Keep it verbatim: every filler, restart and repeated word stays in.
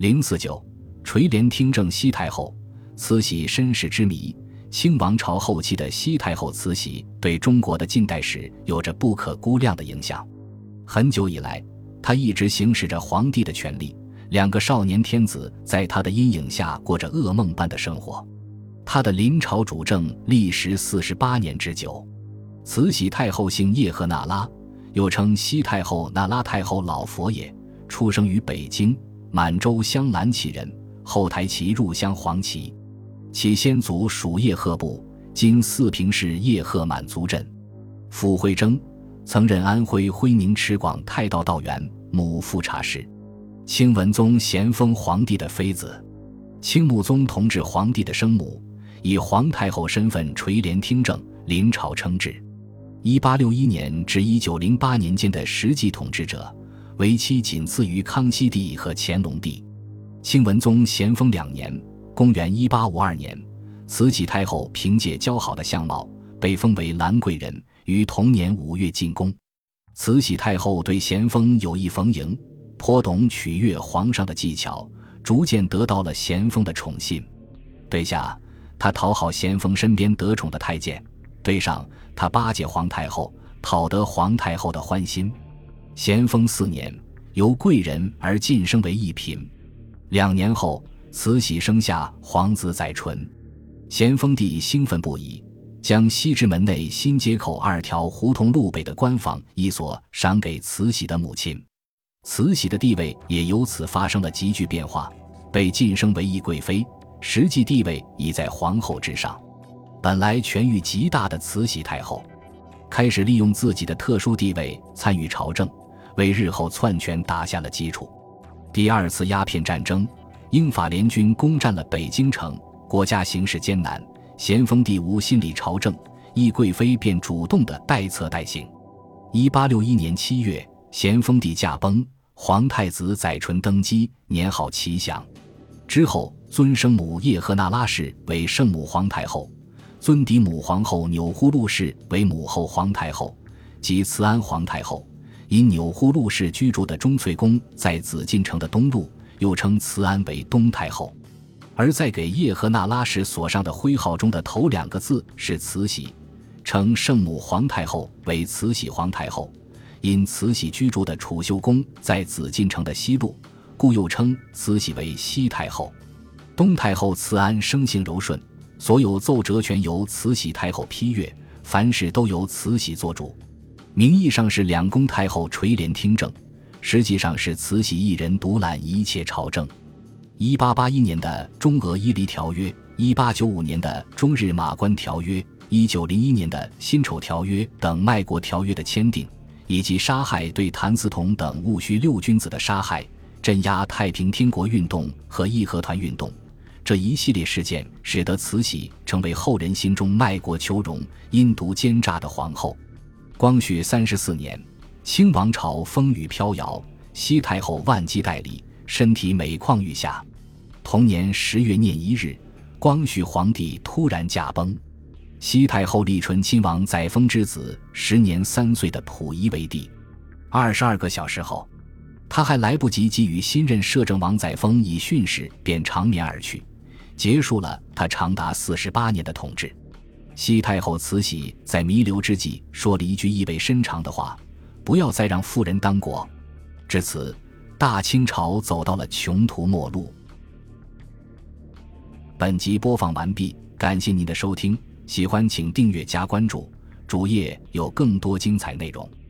零四九垂帘听政西太后，慈禧身世之谜。清王朝后期的西太后慈禧对中国的近代史有着不可估量的影响。很久以来，她一直行使着皇帝的权力，两个少年天子在她的阴影下过着噩梦般的生活。她的临朝主政历时四十八年之久。慈禧太后姓叶赫那拉，又称西太后那拉太后老佛爷，出生于北京，满洲镶蓝旗人，后台旗入镶黄旗。其先祖属叶赫部，今四平市叶赫满族镇。傅慧贞曾任安徽徽宁池广太道道员，母富察氏。清文宗咸丰皇帝的妃子。清穆宗同治皇帝的生母，以皇太后身份垂帘听政，临朝称制。一八六一年至一九零八年间的实际统治者，为期仅次于康熙帝和乾隆帝。清文宗咸丰两年，公元一八五二年，慈禧太后凭借姣好的相貌，被封为兰贵人，于同年五月进宫。慈禧太后对咸丰有意逢迎，颇懂取悦皇上的技巧，逐渐得到了咸丰的宠信。对下，她讨好咸丰身边得宠的太监；对上，她巴结皇太后，讨得皇太后的欢心。咸丰四年，由贵人而晋升为一品。两年后，慈禧生下皇子载淳。咸丰帝兴奋不已，将西直门内新街口二条胡同路北的官房一所赏给慈禧的母亲。慈禧的地位也由此发生了急剧变化，被晋升为懿贵妃，实际地位已在皇后之上。本来权欲极大的慈禧太后，开始利用自己的特殊地位参与朝政，为日后篡权打下了基础。第二次鸦片战争，英法联军攻占了北京城，国家形势艰难，咸丰帝无心理朝政，懿贵妃便主动地代策代行。一八六一年七月，咸丰帝驾崩，皇太子载淳登基，年号祺祥。之后尊生母叶赫那拉氏为圣母皇太后，尊嫡母皇后钮祜禄氏为母后皇太后，即慈安皇太后。因钮祜禄氏居住的钟粹宫在紫禁城的东路，又称慈安为东太后。而在给叶赫那拉氏所上的徽号中的头两个字是慈禧，称圣母皇太后为慈禧皇太后。因慈禧居住的储秀宫在紫禁城的西路，故又称慈禧为西太后。东太后慈安生性柔顺，所有奏折权由慈禧太后批阅，凡事都由慈禧做主。名义上是两宫太后垂帘听政，实际上是慈禧一人独揽一切朝政。一八八一年的中俄伊犁条约，一八九五年的中日马关条约，一九零一年的辛丑条约等卖国条约的签订，以及杀害对谭嗣同等戊戌六君子的杀害，镇压太平天国运动和义和团运动，这一系列事件使得慈禧成为后人心中卖国求荣、阴毒奸诈的皇后。光绪三十四年，清王朝风雨飘摇，西太后万机代理，身体每况愈下。同年十月廿一日，光绪皇帝突然驾崩。西太后立纯亲王载沣之子，时年三岁的溥仪为帝。二十二个小时后，他还来不及给予新任摄政王载沣以训示，便长眠而去，结束了他长达四十八年的统治。西太后慈禧在弥留之际说了一句意味深长的话：不要再让妇人当国。至此，大清朝走到了穷途末路。本集播放完毕，感谢您的收听，喜欢请订阅加关注，主页有更多精彩内容。